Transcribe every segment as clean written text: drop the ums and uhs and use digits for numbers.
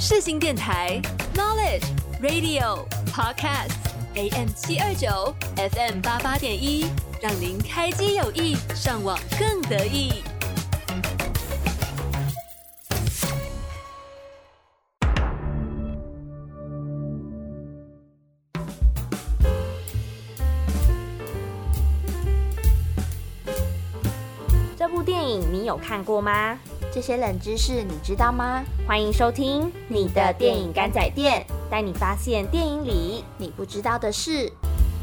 世新电台 Knowledge Radio Podcast AM 729 FM 88.1，让您开机有益，上网更得意。 这部电影你有看过吗？ 这些冷知识你知道吗？ 欢迎收听你的电影甘仔店，带你发现电影里你不知道的事。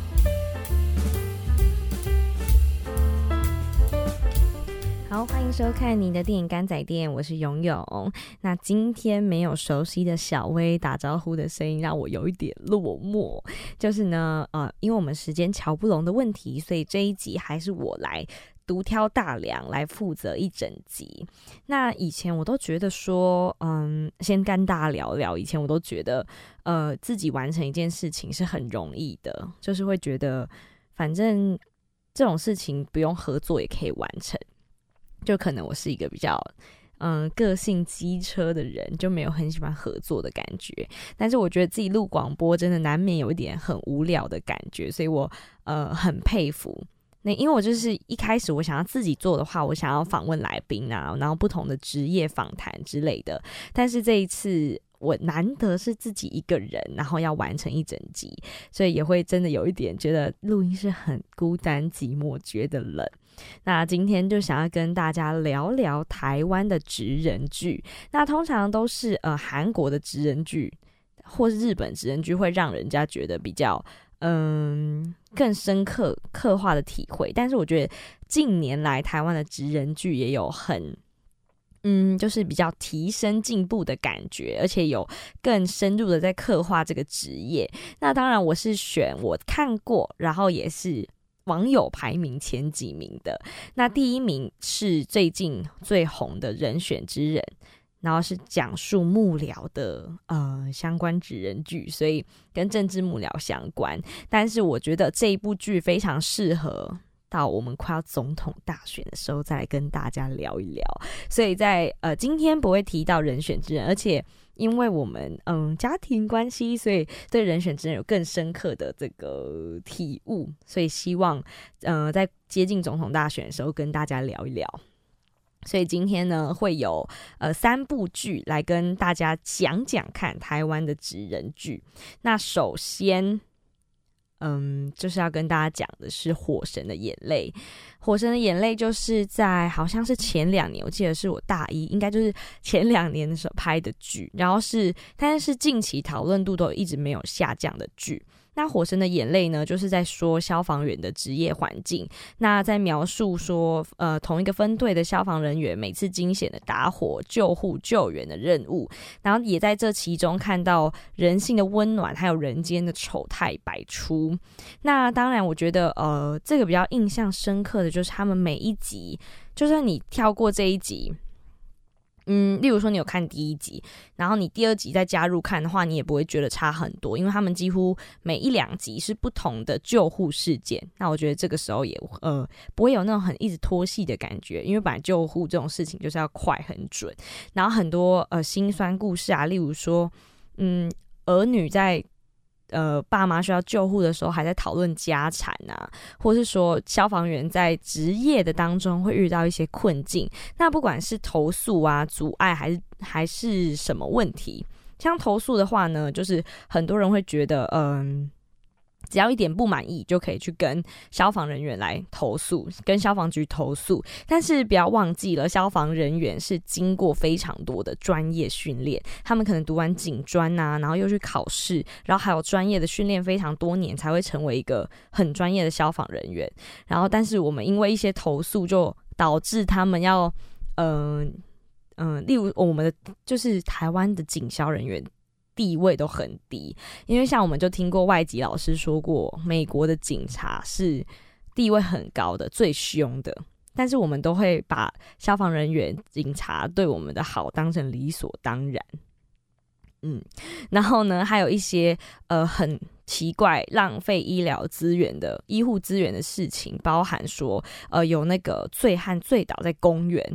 好，欢迎收看你的电影甘仔店，我是永永。那今天没有熟悉的小薇打招呼的声音，让我有一点落寞。就是呢，因为我们时间瞧不拢的问题，所以这一集还是我来独挑大梁来负责一整集。那以前我都觉得说，先跟大家聊聊。以前我都觉得，自己完成一件事情是很容易的，就是会觉得，反正这种事情不用合作也可以完成。就可能我是一个比较个性机车的人，就没有很喜欢合作的感觉。但是我觉得自己录广播真的难免有一点很无聊的感觉，所以我很佩服。那因为我就是一开始我想要自己做的话，我想要访问来宾啊，然后不同的职业访谈之类的。但是这一次我难得是自己一个人，然后要完成一整集，所以也会真的有一点觉得录音室很孤单寂寞，觉得冷。那今天就想要跟大家聊聊台湾的职人剧。那通常都是韩国的职人剧或是日本职人剧，会让人家觉得比较更深刻刻画的体会。但是我觉得近年来台湾的职人剧也有很就是比较提升进步的感觉，而且有更深入的在刻画这个职业。那当然我是选我看过，然后也是网友排名前几名的。那第一名是最近最红的人选之人，然后是讲述幕僚的相关职人剧，所以跟政治幕僚相关。但是我觉得这一部剧非常适合到我们快要总统大选的时候再来跟大家聊一聊，所以在今天不会提到人选之人，而且因为我们家庭关系，所以对人选之人有更深刻的这个体悟，所以希望在接近总统大选的时候跟大家聊一聊。所以今天呢会有3部剧来跟大家讲讲看台湾的职人剧。那首先就是要跟大家讲的是《火神的眼泪》。《火神的眼泪》就是在好像是前2年，我记得是我大一，应该就是前2年的时候拍的剧，然后但是近期讨论度都一直没有下降的剧。那《火神的眼泪》呢，就是在说消防员的职业环境，那在描述说同一个分队的消防人员每次惊险的打火、救护、救援的任务，然后也在这其中看到人性的温暖，还有人间的丑态百出。那当然我觉得这个比较印象深刻的就是他们每一集，就算你跳过这一集，例如说你有看第1集，然后你第2集再加入看的话，你也不会觉得差很多，因为他们几乎每1-2集是不同的救护事件。那我觉得这个时候也不会有那种很一直拖戏的感觉，因为本来救护这种事情就是要快很准，然后很多辛酸故事啊，例如说儿女在爸妈需要救护的时候还在讨论家产啊，或是说消防员在职业的当中会遇到一些困境，那不管是投诉啊、阻碍还是什么问题。像投诉的话呢，就是很多人会觉得只要一点不满意就可以去跟消防人员来投诉，跟消防局投诉。但是不要忘记了，消防人员是经过非常多的专业训练，他们可能读完警专啊，然后又去考试，然后还有专业的训练非常多年才会成为一个很专业的消防人员。然后但是我们因为一些投诉就导致他们要例如我们的就是台湾的警消人员地位都很低，因为像我们就听过外籍老师说过，美国的警察是地位很高的，最凶的，但是我们都会把消防人员、警察对我们的好当成理所当然。然后呢，还有一些很奇怪浪费医疗资源的医护资源的事情，包含说有那个醉汉醉倒在公园，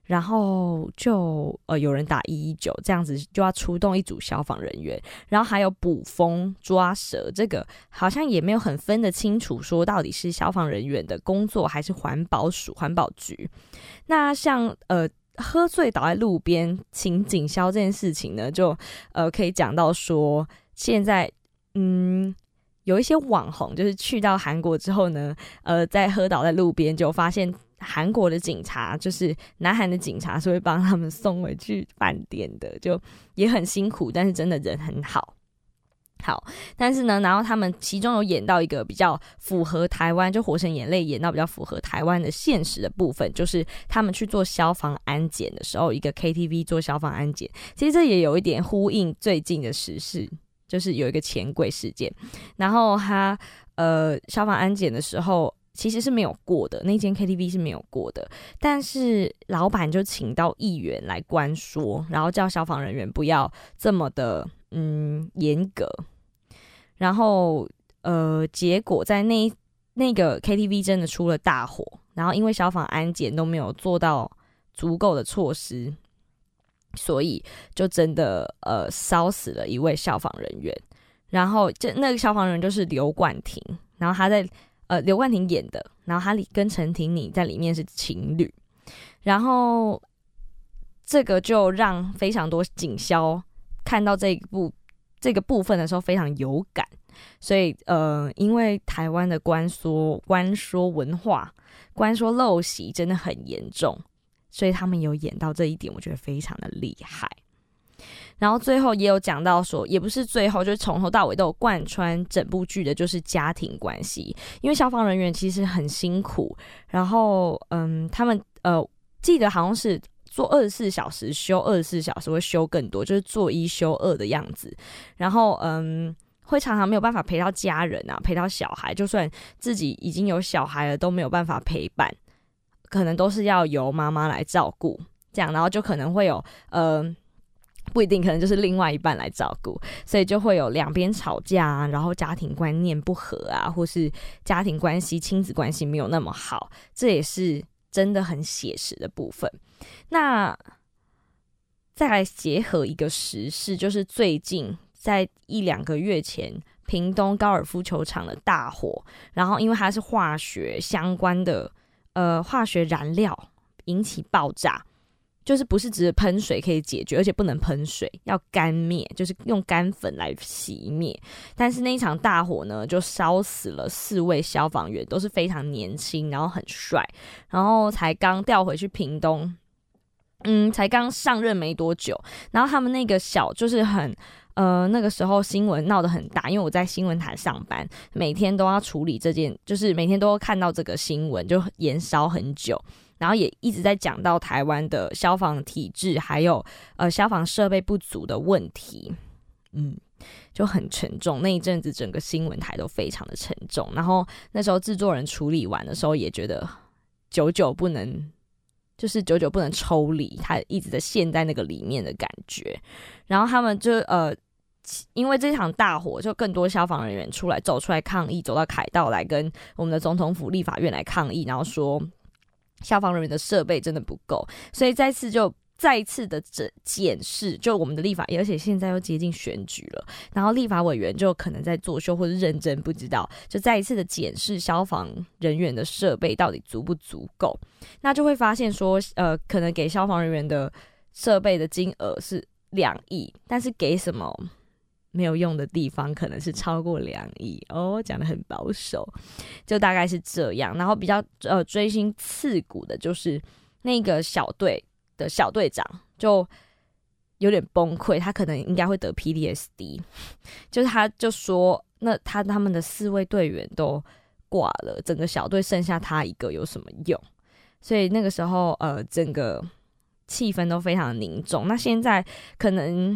然后就有人打119，这样子就要出动一组消防人员，然后还有捕风抓蛇，这个好像也没有很分得清楚，说到底是消防人员的工作还是环保署环保局。那像喝醉倒在路边请警消这件事情呢，就可以讲到说，现在有一些网红就是去到韩国之后呢，在喝倒在路边，就发现韩国的警察，就是南韩的警察是会帮他们送回去饭店的，就也很辛苦，但是真的人很好。但是呢，然后他们其中有演到一个比较符合台湾，就《火神眼泪》演到比较符合台湾的现实的部分，就是他们去做消防安检的时候，一个 KTV 做消防安检，其实这也有一点呼应最近的时事，就是有一个钱柜事件，然后他消防安检的时候其实是没有过的，那间 KTV 是没有过的，但是老板就请到议员来关说，然后叫消防人员不要这么的严格。然后结果在那个 KTV 真的出了大火，然后因为消防安检都没有做到足够的措施，所以就真的烧死了一位消防人员。然后那个消防人员就是刘冠廷，然后他在刘冠廷演的，然后他跟陈婷妮在里面是情侣，然后这个就让非常多警消看到这个部分的时候非常有感，所以因为台湾的关说文化、关说陋习真的很严重，所以他们有演到这一点，我觉得非常的厉害。然后最后也有讲到说，也不是最后，就是从头到尾都有贯穿整部剧的，就是家庭关系。因为消防人员其实很辛苦，然后他们记得好像是做24小时休24小时，会休更多，就是做1休2的样子。然后会常常没有办法陪到家人啊，陪到小孩，就算自己已经有小孩了，都没有办法陪伴，可能都是要由妈妈来照顾，这样，然后就可能会有不一定，可能就是另外一半来照顾，所以就会有两边吵架啊，然后家庭观念不合啊，或是家庭关系、亲子关系没有那么好，这也是真的很写实的部分。那再来结合一个时事，就是最近在1-2个月前，屏东高尔夫球场的大火，然后因为它是化学相关的化学燃料引起爆炸，就是不是只是喷水可以解决，而且不能喷水，要干灭，就是用干粉来熄灭。但是那一场大火呢，就烧死了4位消防员，都是非常年轻，然后很帅，然后才刚调回去屏东，才刚上任没多久。然后他们那个就是很那个时候新闻闹得很大，因为我在新闻台上班，每天都要处理这件，就是每天都看到这个新闻，就延烧很久。然后也一直在讲到台湾的消防体制，还有消防设备不足的问题，就很沉重。那一阵子整个新闻台都非常的沉重。然后那时候制作人处理完的时候，也觉得久久不能抽离，他一直在陷在那个里面的感觉。然后他们就因为这场大火，就更多消防人员走出来抗议，走到凯道来跟我们的总统府立法院来抗议，然后说消防人员的设备真的不够，所以再一次的检视，就我们的立法，而且现在又接近选举了，然后立法委员就可能在作秀或者认真，不知道，就再一次的检视消防人员的设备到底足不足够，那就会发现说，可能给消防人员的设备的金额是2亿，但是给什么没有用的地方可能是超过2亿哦，讲得很保守，就大概是这样。然后比较锥心刺骨的就是那个小队的小队长就有点崩溃，他可能应该会得 PTSD， 就是他就说，那他们的4位队员都挂了，整个小队剩下他一个有什么用？所以那个时候整个气氛都非常凝重。那现在可能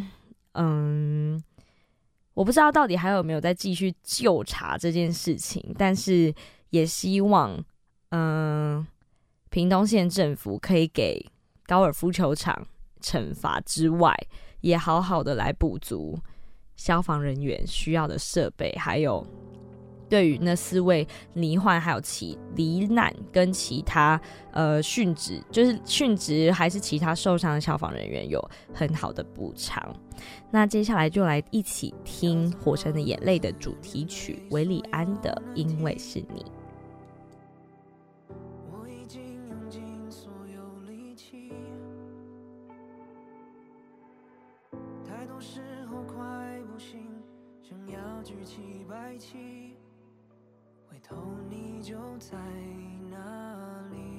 我不知道到底还有没有在继续究查这件事情，但是也希望屏东县政府可以给高尔夫球场惩罚之外，也好好的来补足消防人员需要的设备，还有对于那4位罹患还有罹难跟其他殉职，就是殉职还是其他受伤的消防人员有很好的补偿。那接下来就来一起听《火神的眼泪》的主题曲韦礼安的《因为是你》。 我已经用尽所有力气，太多时候快不行，想要举起白旗，回头你就在哪里。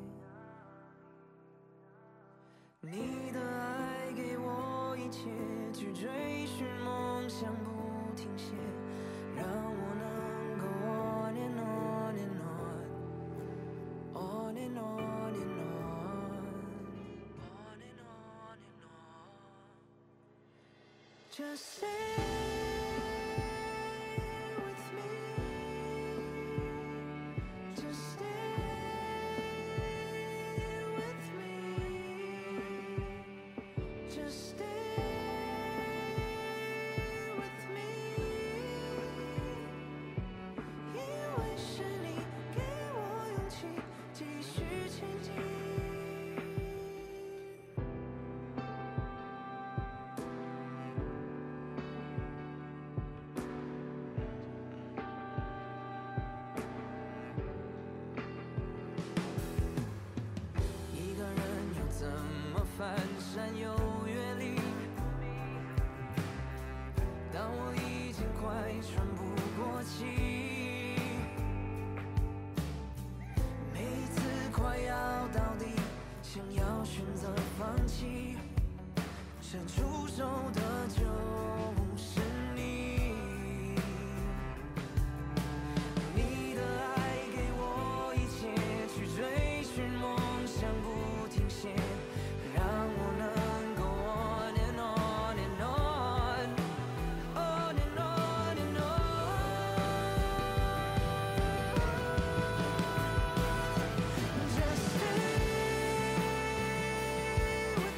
你的爱给我一切，去追寻梦想不停歇，让我能够 on and on and on on and on and on on and on and on. Just stay with me, just stay with me, just stay with me. 因为是你给我勇气继续前进。一个人要怎么翻山又越岭？当我已经快喘不过气，每一次快要到底，想要选择放弃，伸出手的就是你。你的爱给我一切，去追寻梦想不停歇，让我能够 on and on and on on and on and on. Just stay with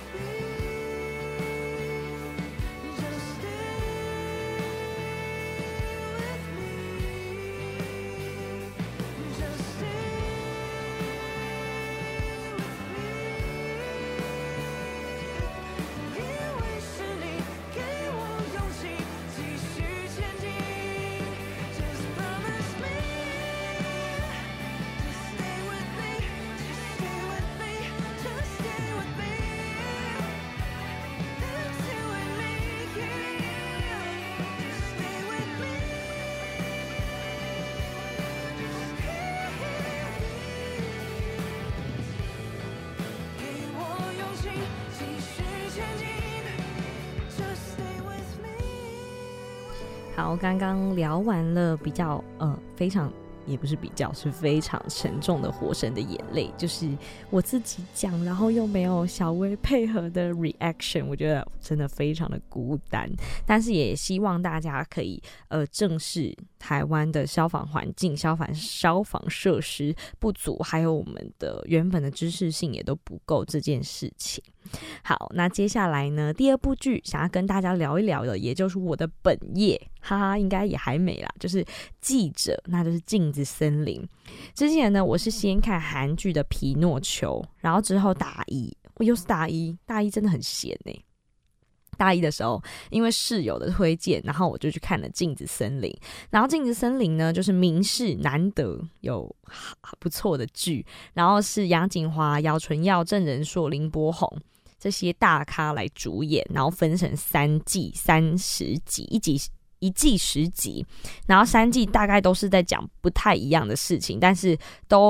me, just stay with me, just stay with me. 因为是你给我勇气继续前进。Just promise me, just stay with me, just stay with me, just stay with me. That's you and me, yeah. Just stay with me, just 给我勇气继续前进。Just stay with me. 好，刚刚聊完了比较非常也不是比较，是非常沉重的《火神的眼泪》，就是我自己讲，然后又没有小薇配合的 reaction， 我觉得真的非常的孤单。但是也希望大家可以正视台湾的消防环境、消防设施不足，还有我们的原本的知识性也都不够这件事情。好，那接下来呢，第二部剧想要跟大家聊一聊的，也就是我的本业，哈哈，应该也还没啦，就是记者，那就是镜子森林。之前呢，我是先看韩剧的《皮诺丘》，然后之后大一，我又是大一真的很闲欸。大一的时候，因为室友的推荐，然后我就去看了《镜子森林》。然后《镜子森林》呢，就是民视难得有不错的剧，然后是杨谨华、姚淳耀、郑人硕、林柏宏这些大咖来主演，然后分成3季30集，一季10集，然后3季大概都是在讲不太一样的事情，但是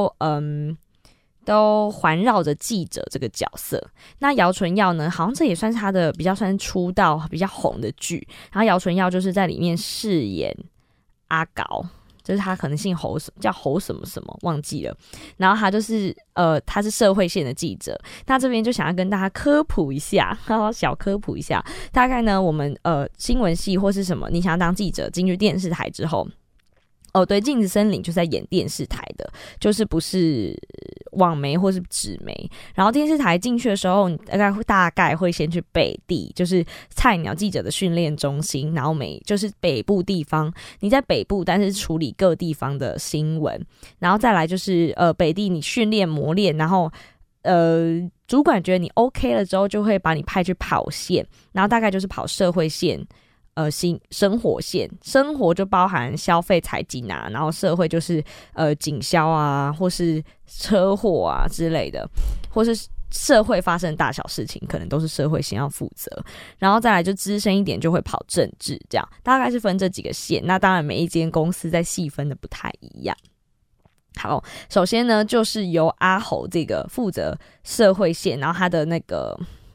都环绕着记者这个角色。那姚淳耀呢，好像这也算是他的比较算是出道比较红的剧。然后姚淳耀就是在里面饰演阿高，就是他可能姓侯，叫侯什么什么忘记了。然后他就是他是社会线的记者。那这边就想要跟大家科普一下，小科普一下。大概呢，我们新闻系或是什么，你想要当记者进去电视台之后。 对，镜子森林就是在演电视台的，就是不是网媒或是纸媒。然后电视台进去的时候，你大概会先去北地，就是菜鸟记者的训练中心，然后就是北部地方，你在北部，但是处理各地方的新闻。然后再来就是北地你训练磨练，然后主管觉得你 OK 了之后，就会把你派去跑线，然后大概就是跑社会线。生活线，生活就包含消费财经啊，然后社会就是警消啊，或是车祸啊之类的，或是社会发生的大小事情，可能都是社会先要负责。然后再来就资深一点，就会跑政治，这样大概是分这几个线。那当然每一间公司在细分的不太一样。好，首先呢，就是由阿侯这个负责社会线，然后他的那个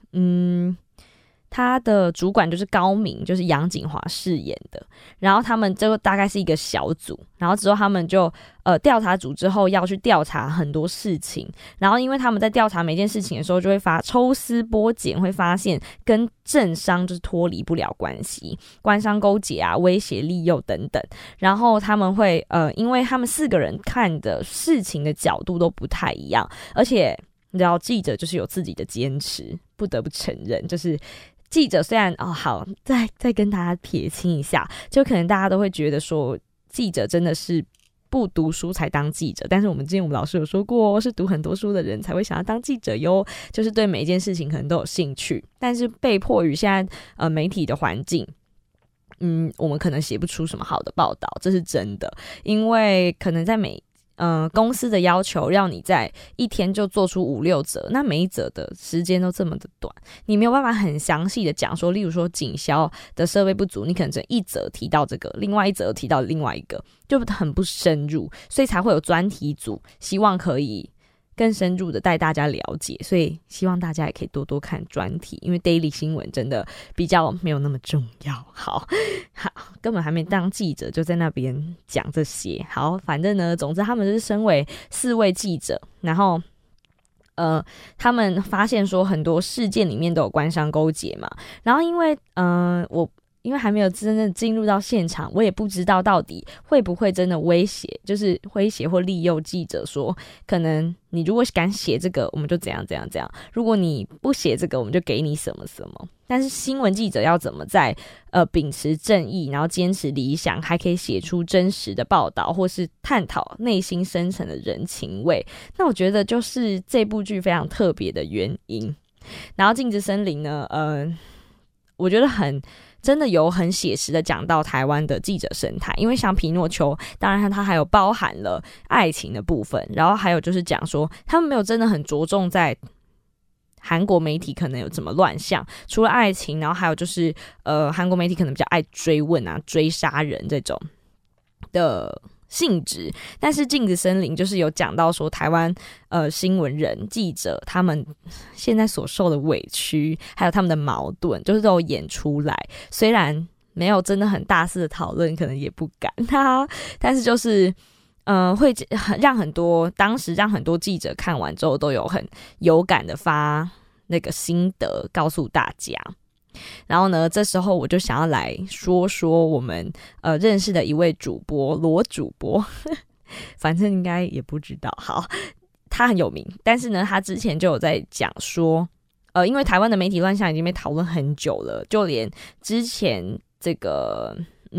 他的主管就是高明，就是杨锦华饰演的。然后他们就大概是一个小组，然后之后他们就调查组之后要去调查很多事情。然后因为他们在调查每件事情的时候，就会抽丝剥茧，会发现跟政商就是脱离不了关系，官商勾结啊、威胁利诱等等。然后他们会因为他们4个人看的事情的角度都不太一样，而且你知道记者就是有自己的坚持，不得不承认，就是记者虽然好，再跟大家撇清一下，就可能大家都会觉得说记者真的是不读书才当记者，但是我们老师有说过，是读很多书的人才会想要当记者哟，就是对每一件事情可能都有兴趣，但是被迫于现在媒体的环境，我们可能写不出什么好的报道，这是真的，因为可能在公司的要求让你在一天就做出5-6则，那每一则的时间都这么的短，你没有办法很详细的讲说，例如说警消的设备不足，你可能只一则提到这个，另外一则提到另外一个，就很不深入，所以才会有专题组，希望可以更深入的带大家了解，所以希望大家也可以多多看专题，因为 daily 新闻真的比较没有那么重要。好，根本还没当记者就在那边讲这些。好，反正呢，总之他们是身为4位记者，然后他们发现说很多事件里面都有官商勾结嘛，然后因为还没有真正进入到现场，我也不知道到底会不会真的威胁或利诱记者说，可能你如果敢写这个，我们就怎样怎样怎样；如果你不写这个，我们就给你什么什么。但是新闻记者要怎么在秉持正义，然后坚持理想，还可以写出真实的报道，或是探讨内心深层的人情味？那我觉得就是这部剧非常特别的原因。然后《镜子森林》呢，我觉得真的有很写实的讲到台湾的记者生态，因为像皮诺丘，当然它还有包含了爱情的部分，然后还有就是讲说他们没有真的很着重在韩国媒体可能有怎么乱象，除了爱情，然后还有就是韩国媒体可能比较爱追问啊、追杀人这种的性质，但是镜子森林就是有讲到说台湾新闻人记者他们现在所受的委屈，还有他们的矛盾，就是都有演出来。虽然没有真的很大肆的讨论，可能也不敢但是就是会当时让很多记者看完之后都有很有感的发那个心得告诉大家。然后呢，这时候我就想要来说说我们认识的一位主播罗主播反正应该也不知道。好，他很有名，但是呢他之前就有在讲说因为台湾的媒体乱象已经被讨论很久了，就连之前这个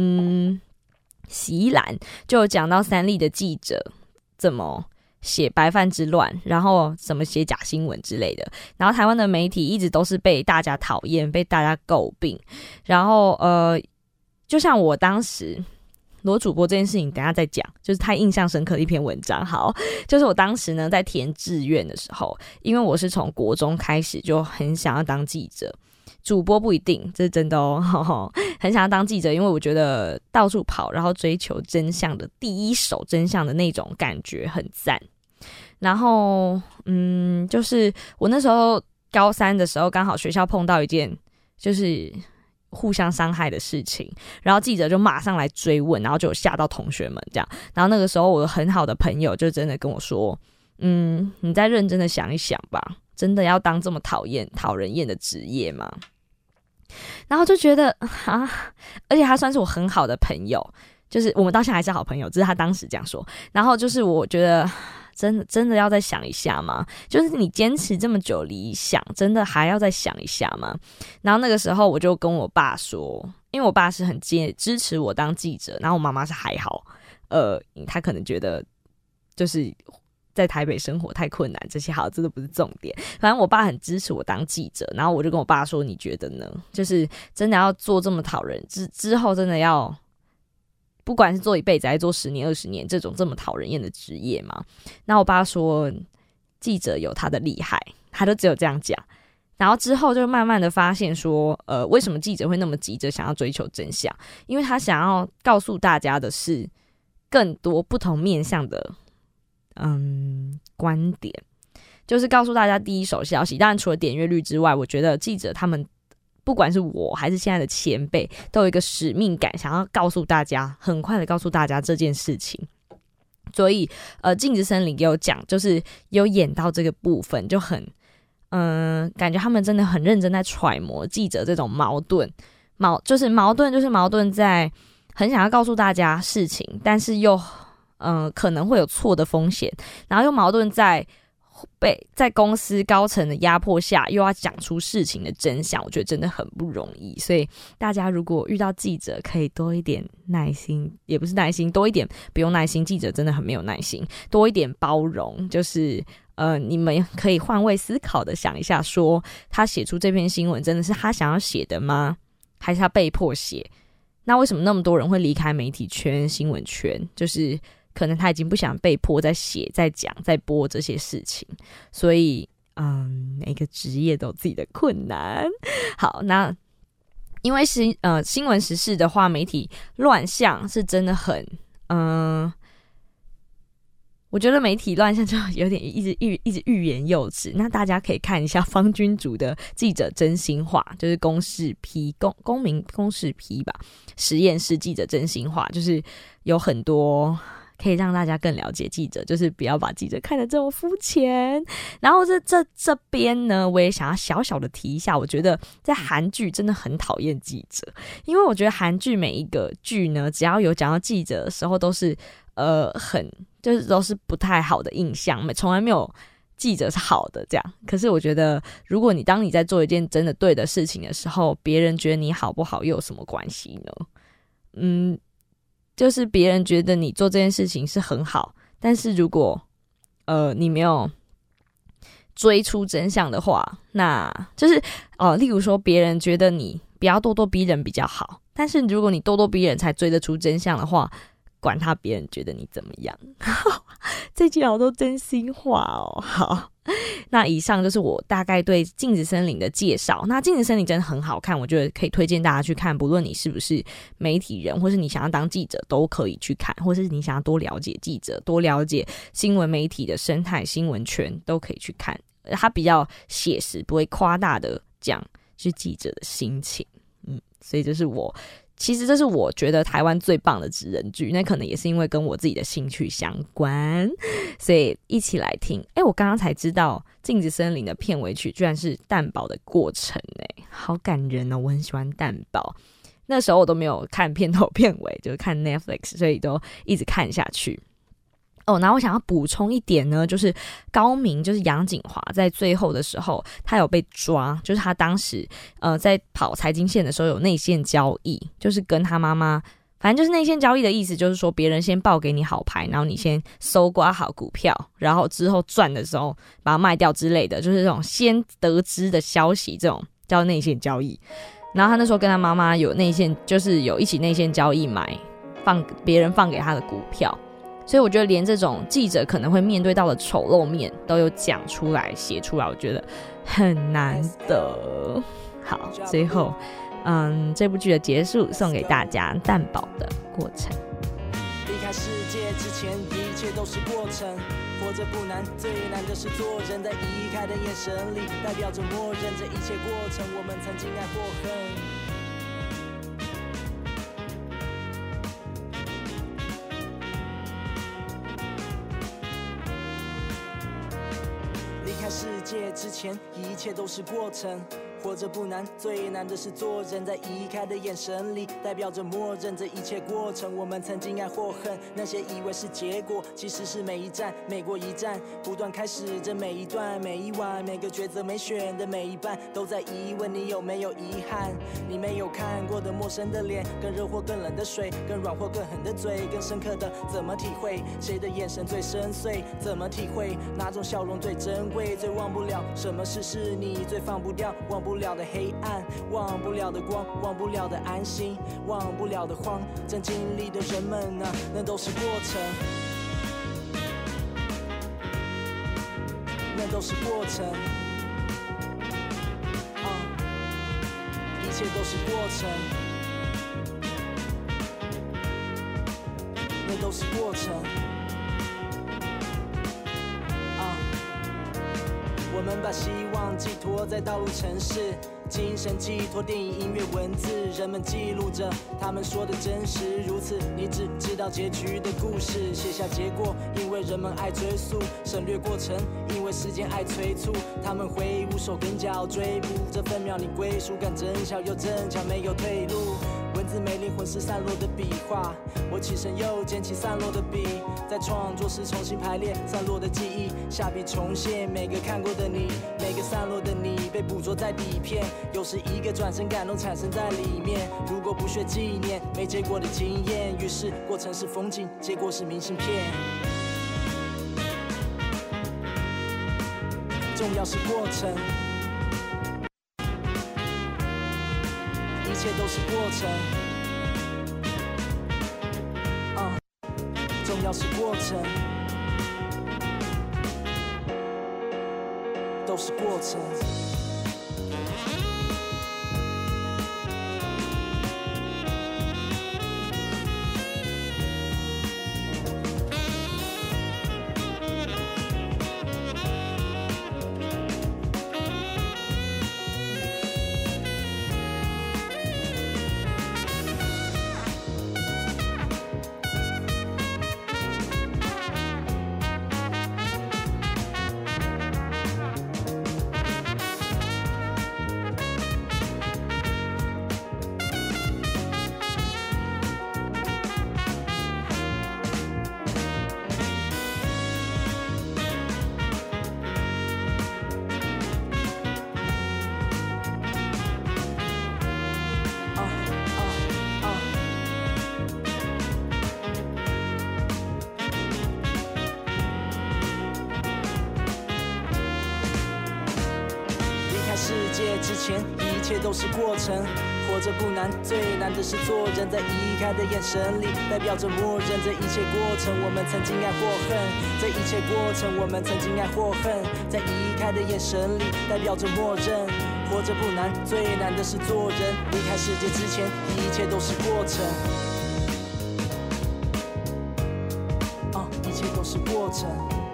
席兰就有讲到三立的记者怎么写白饭之乱，然后怎么写假新闻之类的，然后台湾的媒体一直都是被大家讨厌，被大家诟病。然后就像我当时罗主播这件事情等一下再讲，就是太印象深刻的一篇文章。好，就是我当时呢在填志愿的时候，因为我是从国中开始就很想要当记者，主播不一定，这是真的很想要当记者，因为我觉得到处跑，然后追求真相的第一手真相的那种感觉很赞。然后就是我那时候高3的时候，刚好学校碰到一件就是互相伤害的事情，然后记者就马上来追问，然后就吓到同学们这样。然后那个时候我很好的朋友就真的跟我说，你再认真的想一想吧，真的要当这么讨人厌的职业吗？然后就觉得而且他算是我很好的朋友， 就是我们到现在还是好朋友，这是他当时这样说。然后就是我觉得真的要再想一下吗？就是你坚持这么久理想，真的还要再想一下吗？然后那个时候我就跟我爸说，因为我爸是很支持我当记者，然后我妈妈是还好，他可能觉得就是在台北生活太困难，这些好，这都不是重点。反正我爸很支持我当记者，然后我就跟我爸说，你觉得呢？就是真的要做这么讨人之后，真的要不管是做一辈子还是做10年20年这种这么讨人厌的职业嘛？然后我爸说，记者有他的厉害，他就只有这样讲。然后之后就慢慢的发现说，为什么记者会那么急着想要追求真相？因为他想要告诉大家的是更多不同面向的观点，就是告诉大家第一手消息。当然除了点阅率之外，我觉得记者他们不管是我还是现在的前辈，都有一个使命感，想要告诉大家，很快的告诉大家这件事情。所以镜子森林也有讲，就是有演到这个部分，就很感觉他们真的很认真在揣摩记者这种矛盾在很想要告诉大家事情，但是又可能会有错的风险，然后又矛盾在公司高层的压迫下又要讲出事情的真相，我觉得真的很不容易。所以大家如果遇到记者，可以多一点耐心，也不是耐心，多一点不用耐心，记者真的很没有耐心，多一点包容，就是你们可以换位思考的想一下，说他写出这篇新闻真的是他想要写的吗？还是他被迫写？那为什么那么多人会离开媒体圈、新闻圈？就是可能他已经不想被迫再写、再讲、再播这些事情。所以每个职业都有自己的困难。好，那因为新闻时事的话，媒体乱象是真的很我觉得媒体乱象就有点一直欲言又止。那大家可以看一下方君竹的记者真心话，就是公视 P 公民公视 P 吧，实验室记者真心话，就是有很多可以让大家更了解记者，就是不要把记者看得这么肤浅。然后这边呢，我也想要小小的提一下，我觉得在韩剧真的很讨厌记者，因为我觉得韩剧每一个剧呢，只要有讲到记者的时候，都是就是都是不太好的印象，从来没有记者是好的这样。可是我觉得，如果当你在做一件真的对的事情的时候，别人觉得你好不好又有什么关系呢？就是别人觉得你做这件事情是很好，但是如果你没有追出真相的话，那就是例如说别人觉得你不要咄咄逼人比较好，但是如果你咄咄逼人才追得出真相的话，管他别人觉得你怎么样。这句好多真心话哦。好，那以上就是我大概对镜子森林的介绍。那镜子森林真的很好看，我觉得可以推荐大家去看，不论你是不是媒体人，或是你想要当记者都可以去看，或是你想要多了解记者，多了解新闻媒体的生态、新闻圈都可以去看。它比较写实，不会夸大的讲就是记者的心情。所以其实这是我觉得台湾最棒的职人剧，那可能也是因为跟我自己的兴趣相关，所以一起来听。我刚刚才知道镜子森林的片尾曲居然是蛋堡的过程，好感人哦，我很喜欢蛋堡。那时候我都没有看片头片尾，就是看 Netflix， 所以都一直看下去。然后我想要补充一点呢，就是高明，就是杨谨华，在最后的时候他有被抓，就是他当时在跑财经线的时候有内线交易，就是跟他妈妈，反正就是内线交易的意思，就是说别人先报给你好牌，然后你先搜刮好股票，然后之后赚的时候把它卖掉之类的，就是这种先得知的消息，这种叫内线交易。然后他那时候跟他妈妈有内线，就是有一起内线交易买别人放给他的股票。所以我觉得连这种记者可能会面对到的丑陋面都有讲出来写出来，我觉得很难得。好，最后这部剧的结束送给大家蛋堡的过程。 离开世界之前一切都是过程，活着不难，最难的是做人，在移开的眼神里代表着默认这一切过程我们曾经爱过恨。离开世界之前一切都是过程， 活着不难，最难的是做人，在移开的眼神里代表着默认这一切过程。我们曾经爱或恨，那些以为是结果，其实是每一站每过一站，不断开始着每一段每一晚，每个抉择没选的每一半，都在疑问你有没有遗憾。你没有看过的陌生的脸，更热或更冷的水，更软或更狠的嘴，更深刻的怎么体会？谁的眼神最深邃？怎么体会哪种笑容最珍贵？最忘不了什么事是你最放不掉，忘不了的黑暗，忘不了的光，忘不了的安心，忘不了的慌。正经历的人们啊，那都是过程，那都是过程。一切都是过程，那都是过程。我们把希望寄托在道路城市，精神寄托电影音乐文字，人们记录着他们说的真实，如此你只知道结局的故事，写下结果，因为人们爱追溯，省略过程，因为时间爱催促，他们挥舞手跟脚追捕这分秒，你归属感真小又正巧，没有退路。文字没灵魂是散落的笔画，我起身又捡起散落的笔，在创作时重新排列散落的记忆，下笔重现每个看过的你，每个散落的你被捕捉在底片，有时一个转身感动产生在里面。如果不学纪念没结果的经验，于是过程是风景，结果是明信片。重要是过程，一切都是过程，重要是过程，都是过程。世界之前，一切都是过程。活着不难，最难的是做人。在移开的眼神里，代表着默认这一切过程。我们曾经爱或恨，这一切过程，我们曾经爱或恨。在移开的眼神里，代表着默认。活着不难，最难的是做人。离开世界之前，一切都是过程。一切都是过程。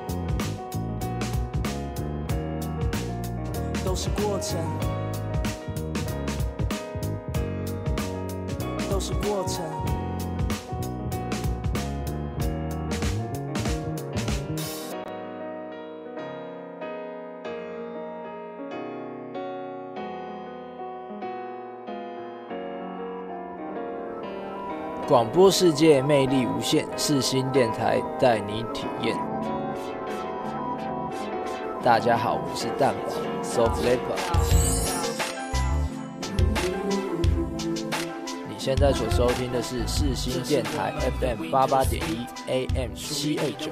都是过程，都是过程。广播世界魅力无限，世新电台带你体验。大家好，我是蛋堡 Soft Leopard。你现在所收听的是世新电台 FM 88.1 AM 729。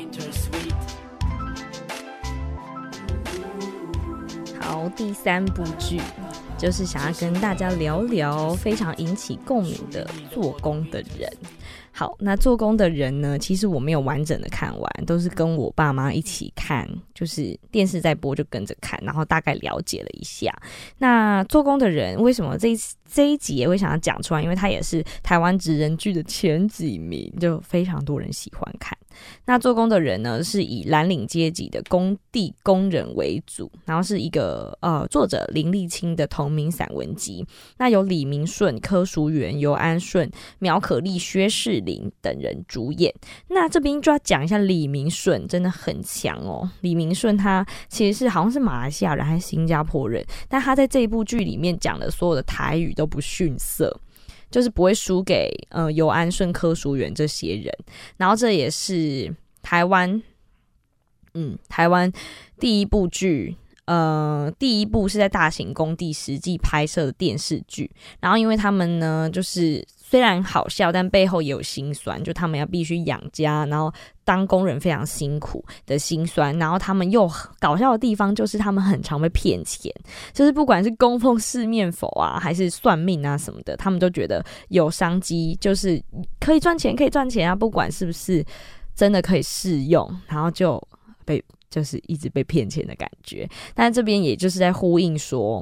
好，第3部剧就是想要跟大家聊聊非常引起共鸣的做工的人。好，那做工的人呢，其实我没有完整的看完，都是跟我爸妈一起看，就是电视在播就跟着看，然后大概了解了一下。那做工的人为什么这一集也会想要讲出来，因为他也是台湾职人剧的前几名，就非常多人喜欢看。 那做工的人呢，是以蓝领阶级的工地工人为主，然后是一个作者林立青的同名散文集。那由李明顺、柯淑媛、尤安顺、苗可丽、薛仕凌等人主演。那这边就要讲一下李明顺，真的很强哦。李明顺他其实好像是马来西亚人还是新加坡人，但他在这一部剧里面讲的所有的台语都不逊色，就是不会输给尤安顺、柯淑媛这些人。然后这也是台湾第一部剧，第一部是在大型工地实际拍摄的电视剧。然后因为他们呢，就是虽然好笑，但背后也有辛酸，就他们要必须养家，然后当工人非常辛苦的辛酸。然后他们又搞笑的地方就是他们很常被骗钱，就是不管是供奉四面佛啊，还是算命啊什么的，他们都觉得有商机，就是可以赚钱啊，不管是不是真的可以适用，然后就是一直被骗钱的感觉。但这边也就是在呼应说，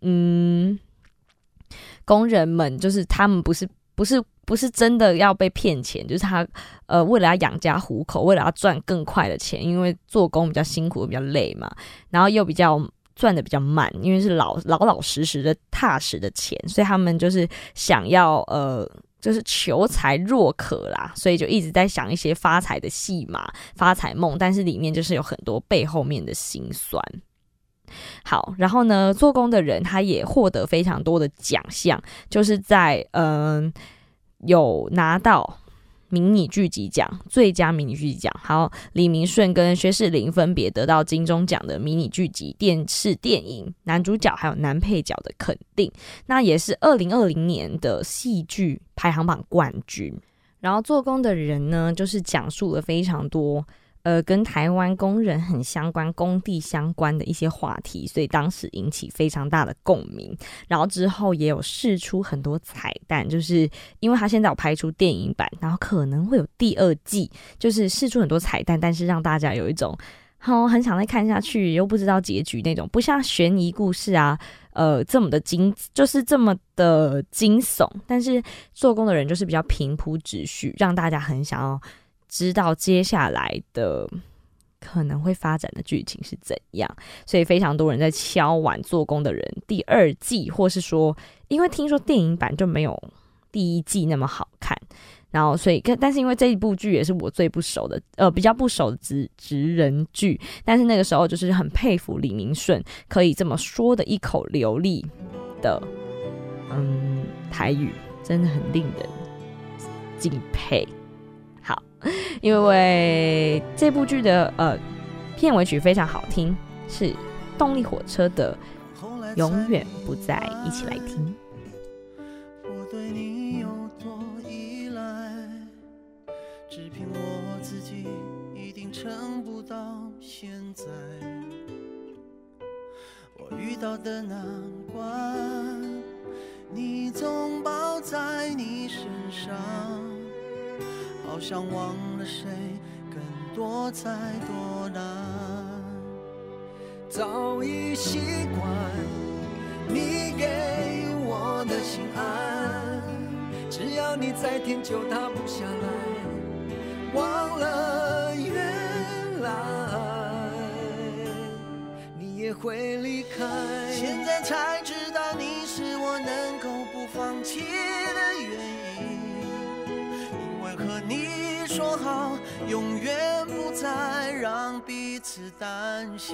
工人们就是他们不是真的要被骗钱，就是他为了要养家糊口，为了要赚更快的钱，因为做工比较辛苦比较累嘛，然后又比较赚的比较慢，因为是老实实的踏实的钱，所以他们就是想要就是求财若渴啦，所以就一直在想一些发财的戏码、发财梦，但是里面就是有很多背后面的辛酸。好，然后呢，做工的人他也获得非常多的奖项，就是在有拿到迷你剧集奖、最佳迷你剧集奖，还有李明顺跟薛仕凌分别得到金钟奖的迷你剧集、电视电影男主角还有男配角的肯定。那也是2020年的戏剧排行榜冠军。然后做工的人呢，就是讲述了非常多跟台湾工人很相关、工地相关的一些话题，所以当时引起非常大的共鸣。然后之后也有释出很多彩蛋，就是因为他现在有拍出电影版，然后可能会有第二季，就是释出很多彩蛋，但是让大家有一种很想再看下去又不知道结局那种，不像悬疑故事啊这么的就是这么的惊悚。但是做工的人就是比较平铺直叙，让大家很想要知道接下来的可能会发展的剧情是怎样，所以非常多人在敲碗做工的人第二季，或是说因为听说电影版就没有第一季那么好看，然后所以但是因为这一部剧也是我最不熟的比较不熟的职人剧，但是那个时候就是很佩服李明顺可以这么说的一口流利的台语，真的很令人敬佩。好，因为这部剧的片尾曲非常好听，是动力火车的《永远不在》，一起来听。 我对你有多依赖，只凭我自己一定撑不到现在。我遇到的难关，你总抱在你身上，好像忘了谁更多才多难。早已习惯你给我的心安，只要你再舔就塌不下来，忘了原来你也会离开。现在才知道你是我能够不放弃的原因，因为和你说好永远不再让彼此担心。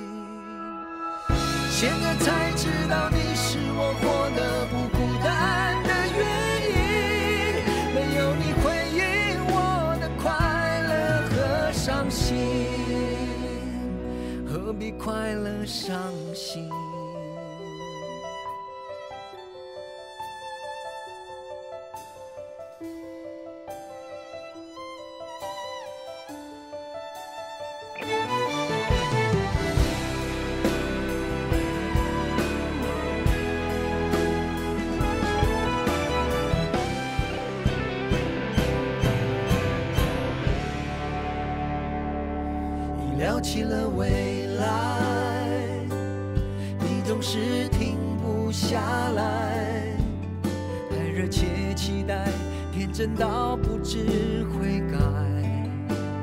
现在才知道你是我活得不孤单的原因，没有你回应我的快乐和伤心，何必快乐伤心。聊起了未来，你总是停不下来，太热切期待，天真到不知悔改。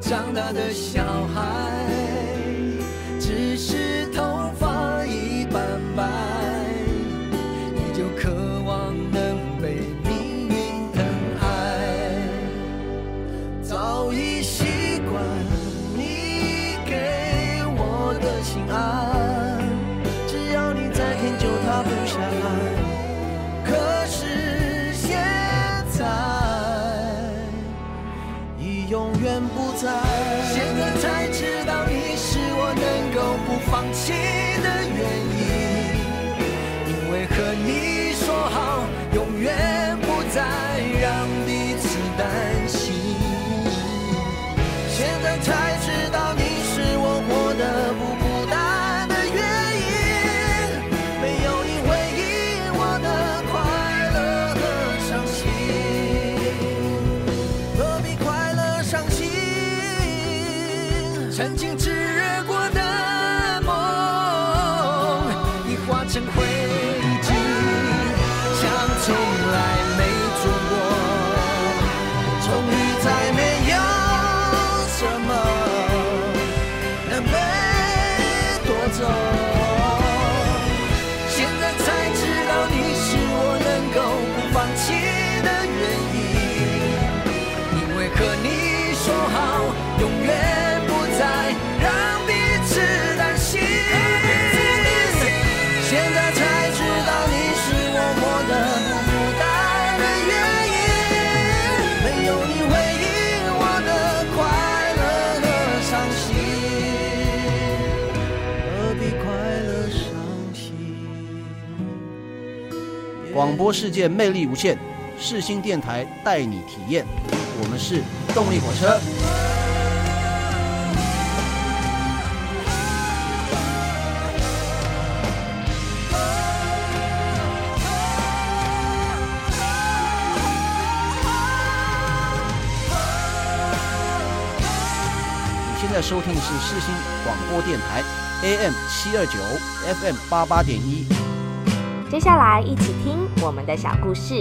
长大的小孩，只是头发已斑白，依旧渴望能被命运疼爱。早已习惯你给我的心安，只要你在天就塌不下来。可是现在已永远不在，现在才知道你是我能够不放弃的原因，因为和你说好永远不再让彼此担心，现在才知道你是我活得不孤单的原因，没有你回忆我的快乐和伤心，何必快乐伤心，曾经炽热过的梦已化成灰烬，像从来没做过，终于再没有什么能被夺走，现在才知道你是我能够不放弃的原因，因为和你说好永远不再让彼此担心，现在才知道你是我活得不孤单的原因，没有你回忆我的快乐和伤心，何必快乐伤心。 广播世界魅力无限，世新电台带你体验。我们是动力火车。你现在收听的是世新广播电台 AM 729 FM 88.1。 接下来一起听我们的小故事。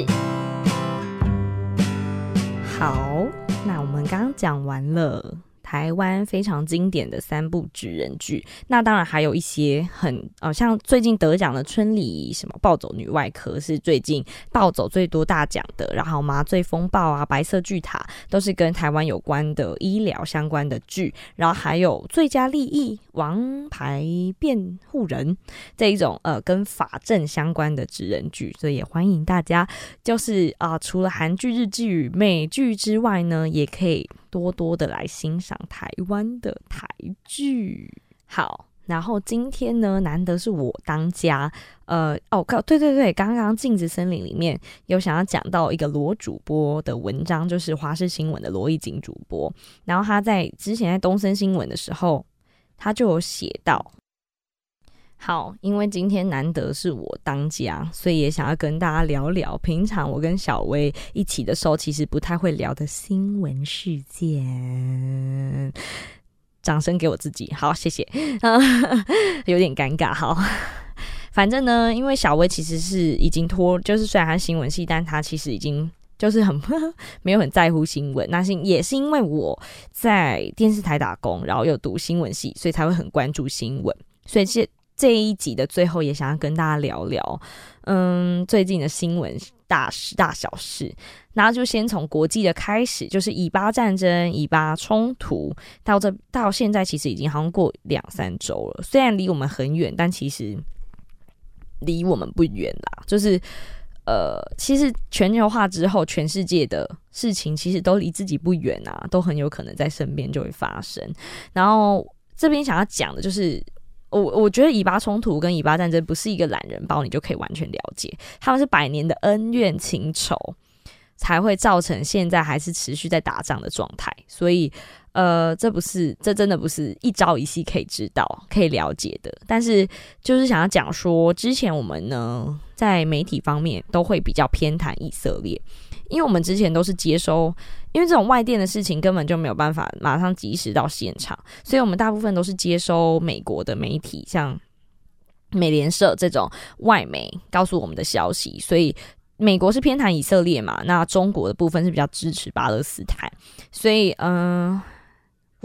好，那我们刚刚讲完了台湾非常经典的3部职人剧，那当然还有一些很像最近得奖的春里什么暴走女外科是最近暴走最多大奖的，然后麻醉风暴啊、白色巨塔都是跟台湾有关的医疗相关的剧，然后还有最佳利益、王牌辩护人这一种跟法政相关的职人剧，所以也欢迎大家就是除了韩剧、日剧、美剧之外呢，也可以多多的来欣赏台湾的台剧。好，然后今天呢，难得是我当家，对，刚刚镜子森林里面有想要讲到一个罗主播的文章，就是华视新闻的罗艺锦主播，然后他在之前在东森新闻的时候，他就有写到。好，因为今天难得是我当家，所以也想要跟大家聊聊平常我跟小薇一起的时候其实不太会聊的新闻事件。掌声给我自己，好，谢谢。有点尴尬，好。反正呢，因为小薇其实是已经就是虽然她新闻系，但她其实已经就是很没有很在乎新闻。那也是因为我在电视台打工，然后又读新闻系，所以才会很关注新闻。所以这一集的最后也想要跟大家聊聊最近的新闻大小事，然后就先从国际的开始，就是以巴战争、以巴冲突到现在其实已经好像过2-3周了，虽然离我们很远，但其实离我们不远啦，就是其实全球化之后，全世界的事情其实都离自己不远啊，都很有可能在身边就会发生。然后这边想要讲的就是我觉得以巴冲突跟以巴战争不是一个懒人包你就可以完全了解，他们是100年的恩怨情仇才会造成现在还是持续在打仗的状态，所以这真的不是一朝一夕可以知道可以了解的。但是就是想要讲说，之前我们呢在媒体方面都会比较偏袒以色列，因为我们之前都是接收，因为这种外电的事情根本就没有办法马上及时到现场，所以我们大部分都是接收美国的媒体，像美联社这种外媒告诉我们的消息，所以美国是偏袒以色列嘛，那中国的部分是比较支持巴勒斯坦，所以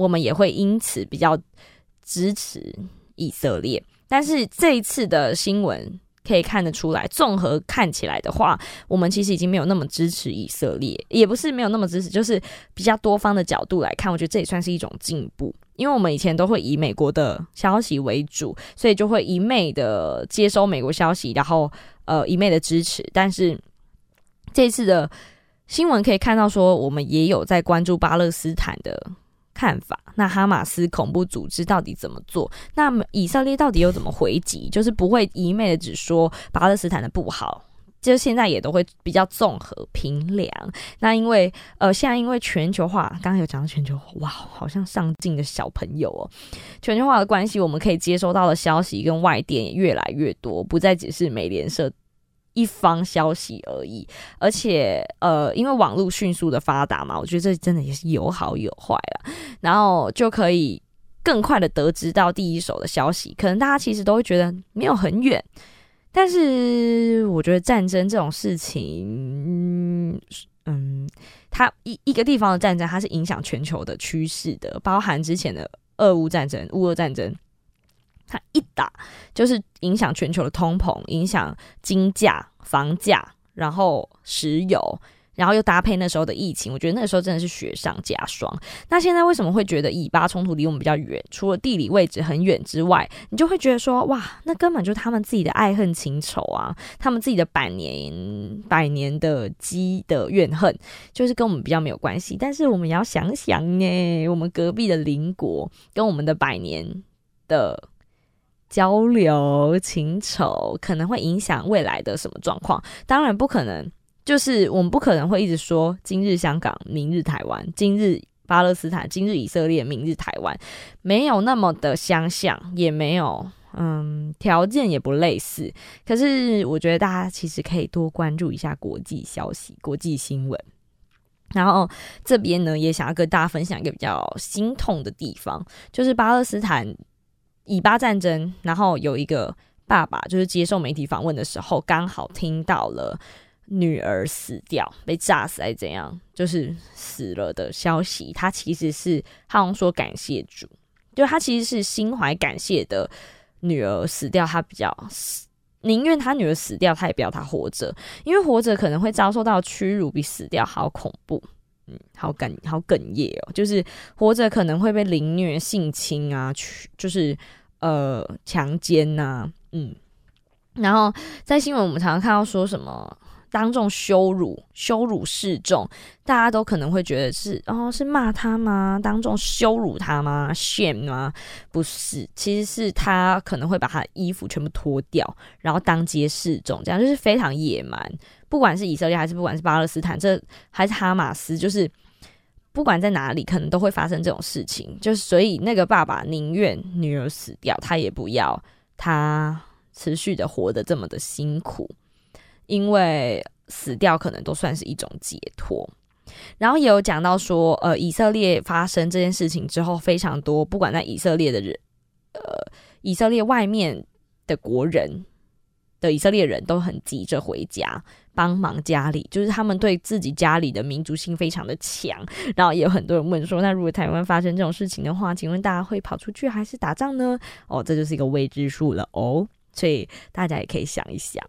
我们也会因此比较支持以色列。但是这一次的新闻可以看得出来，综合看起来的话，我们其实已经没有那么支持以色列，也不是没有那么支持，就是比较多方的角度来看，我觉得这也算是一种进步。因为我们以前都会以美国的消息为主，所以就会一昧的接收美国消息，然后一昧的支持。但是这一次的新闻可以看到说，我们也有在关注巴勒斯坦的看法，那哈马斯恐怖组织到底怎么做？那以色列到底又怎么回击？就是不会一昧的只说巴勒斯坦的不好，就现在也都会比较综合评量。那因为现在因为全球化，刚刚有讲到全球化，哇，好像上进的小朋友哦。全球化的关系，我们可以接收到的消息跟外电也越来越多，不再只是美联社一方消息而已。而且因为网络迅速的发达嘛，我觉得这真的也是有好有坏啦。然后就可以更快的得知到第一手的消息，可能大家其实都会觉得没有很远。但是我觉得战争这种事情，它一个地方的战争，它是影响全球的趋势的，包含之前的乌俄战争，它一打就是影响全球的通膨，影响金价、房价，然后石油，然后又搭配那时候的疫情，我觉得那个时候真的是雪上加霜。那现在为什么会觉得以巴冲突离我们比较远？除了地理位置很远之外，你就会觉得说，哇，那根本就是他们自己的爱恨情仇啊，他们自己的百年的积的怨恨，就是跟我们比较没有关系。但是我们也要想想呢，我们隔壁的邻国跟我们的百年的交流情仇，可能会影响未来的什么状况？当然不可能。就是我们不可能会一直说今日香港，明日台湾，今日巴勒斯坦，今日以色列，明日台湾，没有那么的相像，也没有条件也不类似。可是我觉得大家其实可以多关注一下国际消息、国际新闻。然后这边呢，也想要跟大家分享一个比较心痛的地方，就是巴勒斯坦以巴战争，然后有一个爸爸就是接受媒体访问的时候，刚好听到了女儿死掉，被炸死还是怎样，就是死了的消息。他其实是他好像说感谢主，就他其实是心怀感谢的女儿死掉，他比较宁愿他女儿死掉，他也不要他活着，因为活着可能会遭受到屈辱，比死掉好恐怖。好哽咽哦，就是活着可能会被凌虐、性侵啊，就是强奸啊，然后在新闻我们常常看到说什么当众羞辱示众，大家都可能会觉得是骂他吗？当众羞辱他吗？ shame 吗？不是，其实是他可能会把他的衣服全部脱掉，然后当街示众，这样就是非常野蛮。不管是以色列还是不管是巴勒斯坦，这还是哈马斯，就是不管在哪里，可能都会发生这种事情。就是所以那个爸爸宁愿女儿死掉，他也不要他持续的活得这么的辛苦。因为死掉可能都算是一种解脱。然后也有讲到说以色列发生这件事情之后，非常多不管在以色列的人以色列外面的国人的以色列人都很急着回家帮忙家里，就是他们对自己家里的民族性非常的强。然后也有很多人问说，那如果台湾发生这种事情的话，请问大家会跑出去还是打仗呢？这就是一个未知数了所以大家也可以想一想。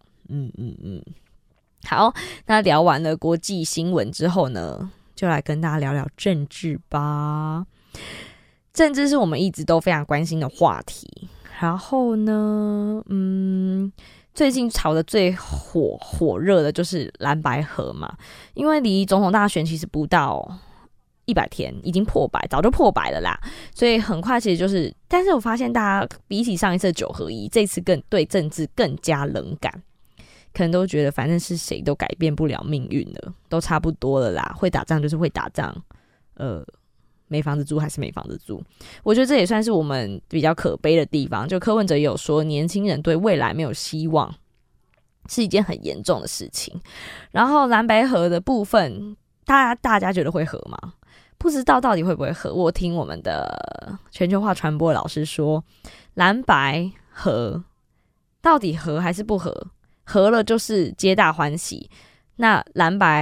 好，那聊完了国际新闻之后呢，就来跟大家聊聊政治吧。政治是我们一直都非常关心的话题。然后呢，最近炒的最火热的就是蓝白合嘛，因为离总统大选其实不到100天，已经破百，早就破百了啦，所以很快其实就是，但是我发现大家比起上一次的9合1，这次更对政治更加冷感，可能都觉得反正是谁都改变不了命运了，都差不多了啦，会打仗就是会打仗，没房子住还是没房子住。我觉得这也算是我们比较可悲的地方，就柯文哲也有说，年轻人对未来没有希望是一件很严重的事情。然后蓝白合的部分，大家觉得会合吗？不知道到底会不会合。我听我们的全球化传播老师说，蓝白合到底合还是不合？合了就是皆大欢喜，那蓝白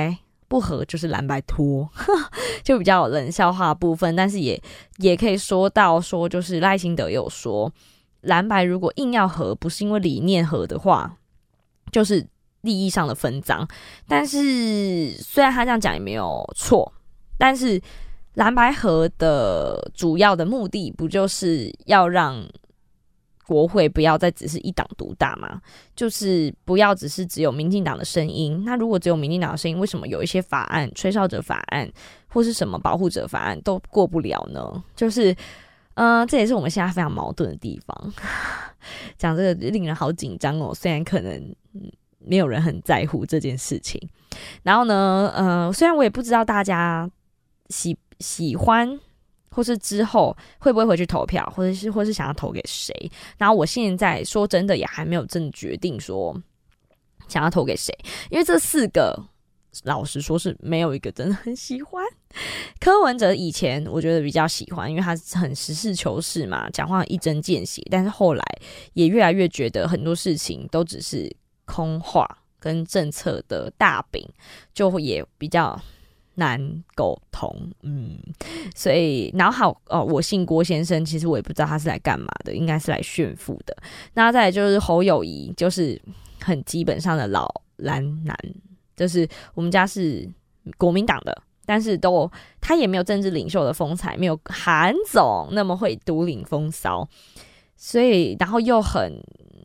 不合就是蓝白拖，就比较有冷笑话的部分，但是也可以说到说，就是赖清德有说，蓝白如果硬要合，不是因为理念合的话，就是利益上的分赃。但是虽然他这样讲也没有错，但是蓝白合的主要的目的不就是要让国会不要再只是一党独大吗？就是不要只有民进党的声音。那如果只有民进党的声音，为什么有一些法案，吹哨者法案或是什么保护者法案都过不了呢？就是这也是我们现在非常矛盾的地方。讲这个令人好紧张哦，虽然可能没有人很在乎这件事情。然后呢，虽然我也不知道大家喜欢或是之后会不会回去投票，或是想要投给谁。然后我现在说真的也还没有真的决定说想要投给谁，因为这4个老实说是没有一个真的很喜欢。柯文哲以前我觉得比较喜欢，因为他很实事求是嘛，讲话一针见血，但是后来也越来越觉得很多事情都只是空话跟政策的大饼，就也比较难沟通。所以然后我姓郭先生，其实我也不知道他是来干嘛的，应该是来炫富的。那再来就是侯友宜，就是很基本上的老蓝男，就是我们家是国民党的，但是他也没有政治领袖的风采，没有韩总那么会独领风骚，所以然后又很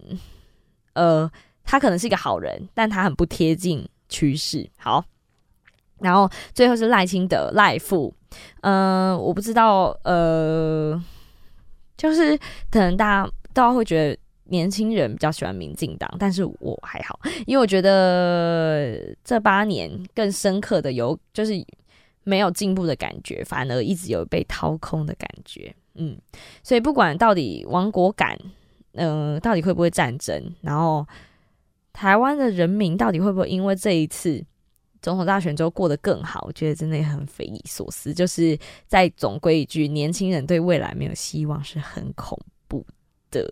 他可能是一个好人，但他很不贴近趋势。好，然后最后是赖清德赖父，我不知道，就是可能大家都会觉得年轻人比较喜欢民进党，但是我还好，因为我觉得这8年更深刻的就是没有进步的感觉，反而一直有被掏空的感觉。所以不管到底亡国感，到底会不会战争，然后台湾的人民到底会不会因为这一次总统大选之后过得更好，我觉得真的很匪夷所思。就是再总归一句，年轻人对未来没有希望是很恐怖的。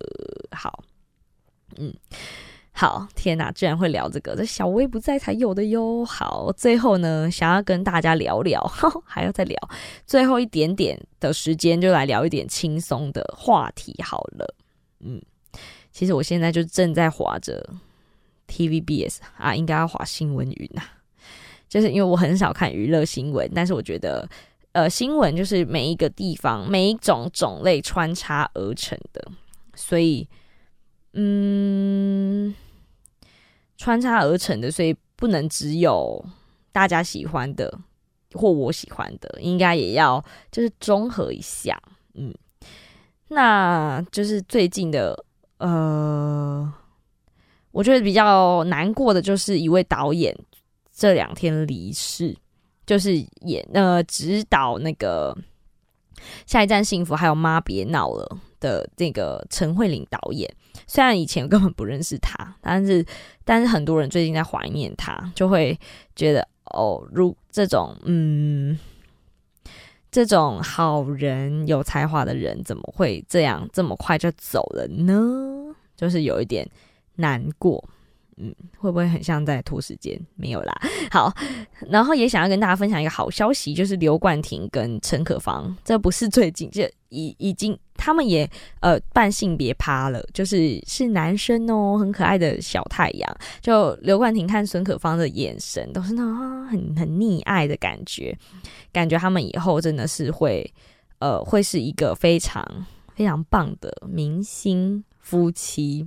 好，天哪，居然会聊这个，这小薇不在才有的哟。好，最后呢，想要跟大家聊聊，还要再聊，最后一点点的时间就来聊一点轻松的话题好了。其实我现在就正在滑着 TVBS 啊，应该要滑新闻云啊，就是因为我很少看娱乐新闻，但是我觉得新闻就是每一个地方每一种种类穿插而成的，所以穿插而成的，所以不能只有大家喜欢的或我喜欢的，应该也要就是综合一下。那就是最近的我觉得比较难过的就是一位导演这2天离世，就是指导那个下一站幸福还有妈别闹了的这个陈慧琳导演。虽然以前根本不认识他，但是很多人最近在怀念他，就会觉得这种好人有才华的人怎么会这么快就走了呢？就是有一点难过。会不会很像在拖时间？没有啦。好，然后也想要跟大家分享一个好消息，就是刘冠廷跟陈可芳，这不是最近，就已经他们也办性别趴了，是男生哦，很可爱的小太阳。就刘冠廷看孙可芳的眼神都是那种很溺爱的感觉他们以后真的是会是一个非常非常棒的明星夫妻。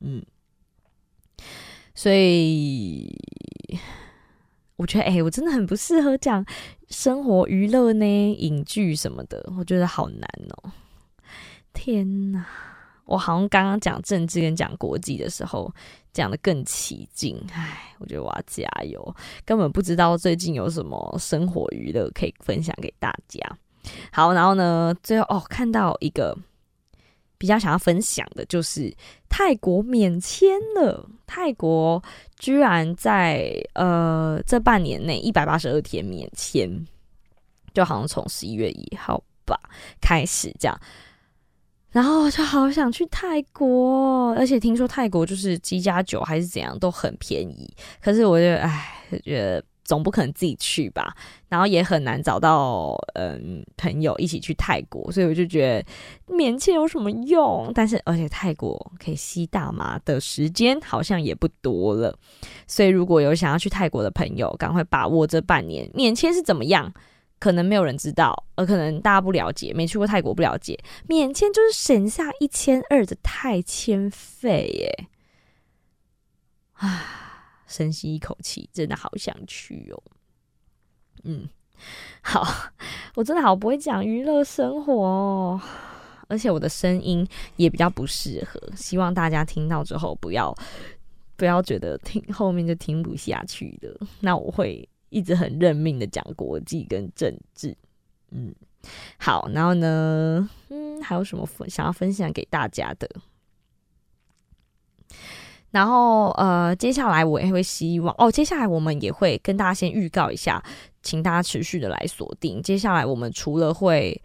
所以我觉得我真的很不适合讲生活娱乐呢，影剧什么的，我觉得好难哦。天哪，我好像刚刚讲政治跟讲国际的时候讲得更起劲，我觉得我要加油，根本不知道最近有什么生活娱乐可以分享给大家。好，然后呢，最后看到一个比较想要分享的就是泰国免签了，泰国居然在这半年内182天免签，就好像从11月1号吧开始这样，然后就好想去泰国，而且听说泰国就是7+9还是怎样都很便宜，可是我就觉得总不可能自己去吧，然后也很难找到朋友一起去泰国，所以我就觉得免签有什么用？但是而且泰国可以吸大麻的时间好像也不多了，所以如果有想要去泰国的朋友，赶快把握这半年。免签是怎么样？可能没有人知道，可能大家不了解，没去过泰国不了解。免签就是省下1200的泰签费耶！深吸一口气，真的好想去哦。好，我真的好不会讲娱乐生活哦，而且我的声音也比较不适合，希望大家听到之后不要觉得后面就听不下去的。那我会一直很认命的讲国际跟政治。好，然后呢，还有什么想要分享给大家的？然后接下来我也会希望接下来我们也会跟大家先预告一下，请大家持续的来锁定。接下来我们除了会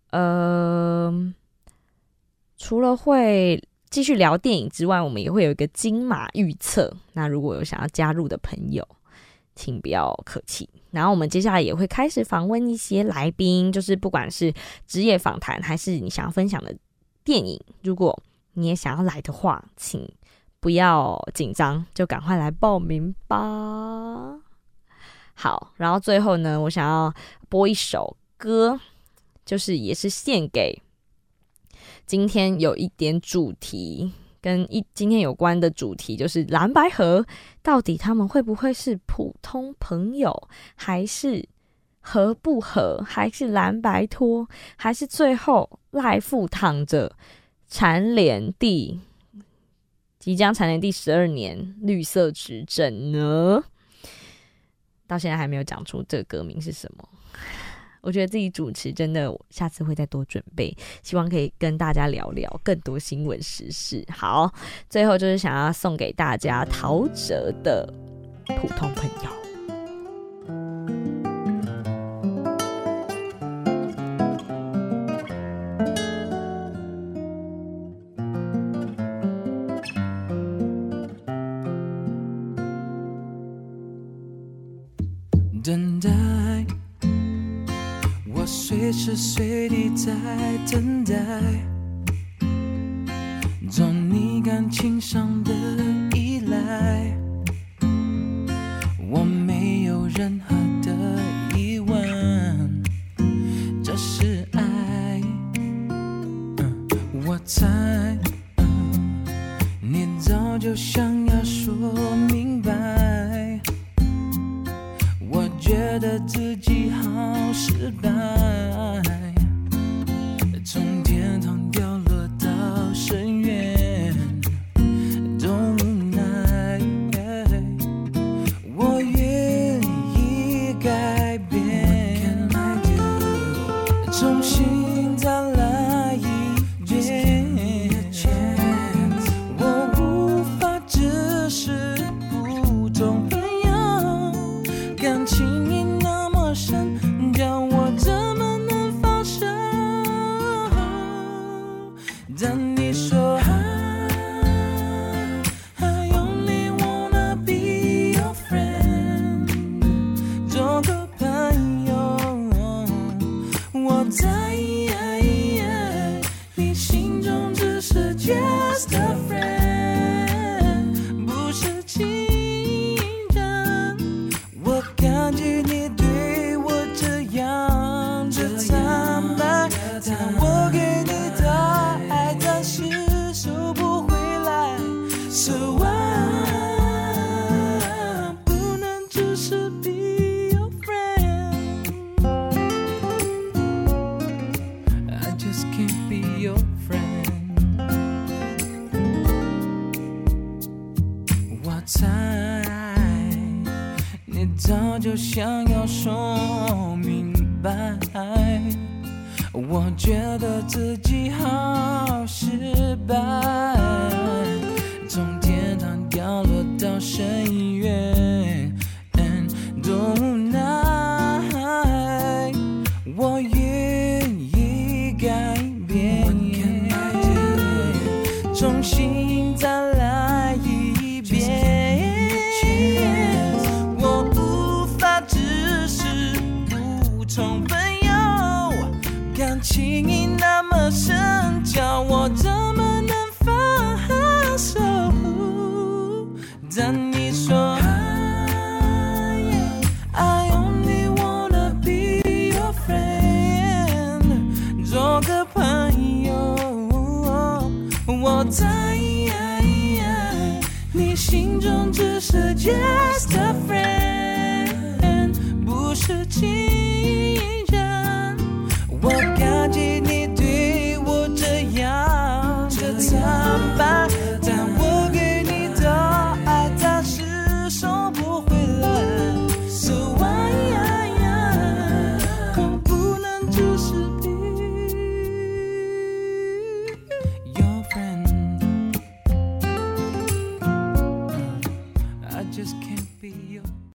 继续聊电影之外，我们也会有一个金马预测。那如果有想要加入的朋友，请不要客气。然后我们接下来也会开始访问一些来宾，就是不管是职业访谈还是你想要分享的电影，如果你也想要来的话，请不要紧张，就赶快来报名吧。好，然后最后呢，我想要播一首歌，就是也是献给今天有一点主题跟今天有关的主题，就是蓝白合到底他们会不会是普通朋友，还是合不合，还是蓝白拖，还是最后赖副躺着即将蝉联第12年绿色执政呢？到现在还没有讲出这个歌名是什么。我觉得自己主持真的，下次会再多准备，希望可以跟大家聊聊更多新闻时事。好，最后就是想要送给大家陶喆的《普通朋友》。 等待，我随时随地在等待，做你感情上的依赖，我没有任何的疑问，这是爱。我猜，你早就想要说明白，我觉得自己好失败，从天堂掉落到深渊，都无奈。我愿意改变，重新再来一遍，我无法只是普通朋友，感情已那么深，叫我怎么能放手？但你说 I only wanna be your friend， 做个朋友，我在你心中只是 just a friend， 不是情人。我感激你对我这样的坦白，但我给你的爱暂时收不回来， So I 不能只是 be your friend， I just can't be your friend。 我猜你早就想要说明白，我觉得自己好失败，从天堂掉落到深渊，多无奈。我愿意改变，重新再来一遍，我无法在，你心中只是 just a